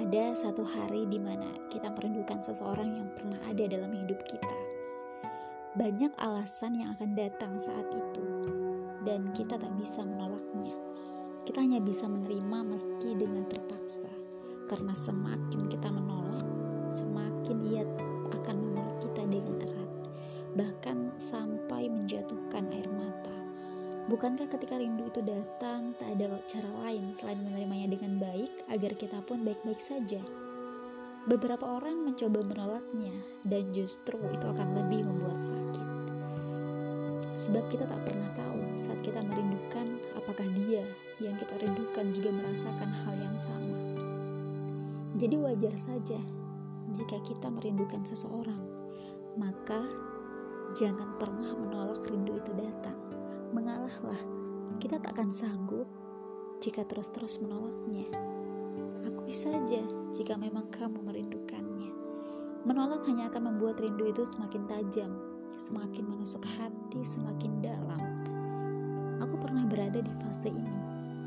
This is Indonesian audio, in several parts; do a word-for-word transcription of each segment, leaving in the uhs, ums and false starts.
ada satu hari di mana kita merindukan seseorang yang pernah ada dalam hidup kita. Banyak alasan yang akan datang saat itu, dan kita tak bisa menolaknya. Kita hanya bisa menerima meski dengan terpaksa, karena semakin kita menolak, semakin ia akan memeluk kita dengan erat, bahkan sampai menjatuhkan air mata. Bukankah ketika rindu itu datang, tak ada cara lain selain menerimanya dengan baik agar kita pun baik-baik saja? Beberapa orang mencoba menolaknya, dan justru itu akan lebih membuat sakit. Sebab kita tak pernah tahu saat kita merindukan, apakah dia yang kita rindukan juga merasakan hal yang sama. Jadi wajar saja jika kita merindukan seseorang, maka jangan pernah menolak rindu itu datang. Mengalahlah, kita tak akan sanggup jika terus-terus menolaknya. Akui saja jika memang kamu merindukannya. Menolak hanya akan membuat rindu itu semakin tajam, semakin menusuk hati, semakin dalam. Aku pernah berada di fase ini,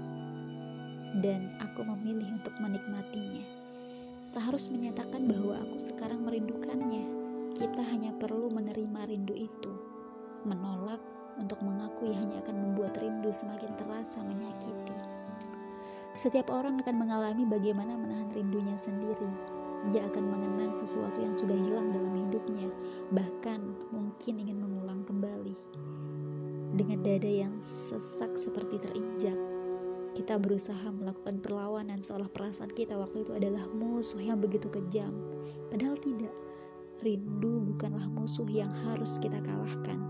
dan aku memilih untuk menikmatinya. Tak harus menyatakan bahwa aku sekarang merindukannya. Kita hanya perlu menerima rindu itu. Menolak untuk mengakui hanya akan membuat rindu semakin terasa menyakiti. Setiap orang akan mengalami bagaimana menahan rindunya sendiri. Ia akan mengenang sesuatu yang sudah hilang dalam hidupnya, bahkan mungkin ingin mengulang kembali. Dengan dada yang sesak seperti terinjak, kita berusaha melakukan perlawanan seolah perasaan kita waktu itu adalah musuh yang begitu kejam. Padahal tidak. Rindu bukanlah musuh yang harus kita kalahkan.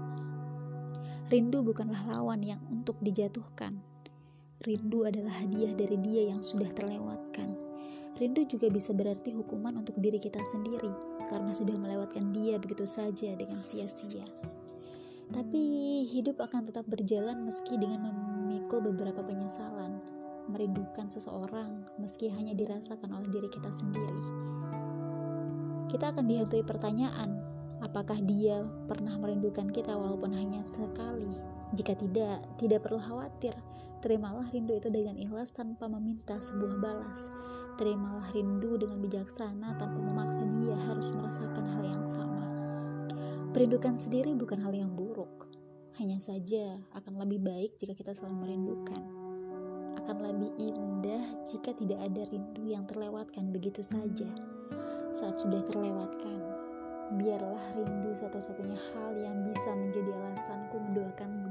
Rindu bukanlah lawan yang untuk dijatuhkan. Rindu adalah hadiah dari dia yang sudah terlewatkan. Rindu juga bisa berarti hukuman untuk diri kita sendiri, karena sudah melewatkan dia begitu saja dengan sia-sia. Tapi hidup akan tetap berjalan meski dengan memikul beberapa penyesalan. Merindukan seseorang meski hanya dirasakan oleh diri kita sendiri. Kita akan dihantui pertanyaan, apakah dia pernah merindukan kita walaupun hanya sekali? Jika tidak, tidak perlu khawatir. Terimalah rindu itu dengan ikhlas tanpa meminta sebuah balas. Terimalah rindu dengan bijaksana tanpa memaksa dia harus merasakan hal yang sama. Merindukan sendiri bukan hal yang buruk. Hanya saja akan lebih baik jika kita selalu merindukan. Akan lebih indah jika tidak ada rindu yang terlewatkan begitu saja. Saat sudah terlewatkan, biarlah rindu satu-satunya hal yang bisa menjadi alasanku mendoakanmu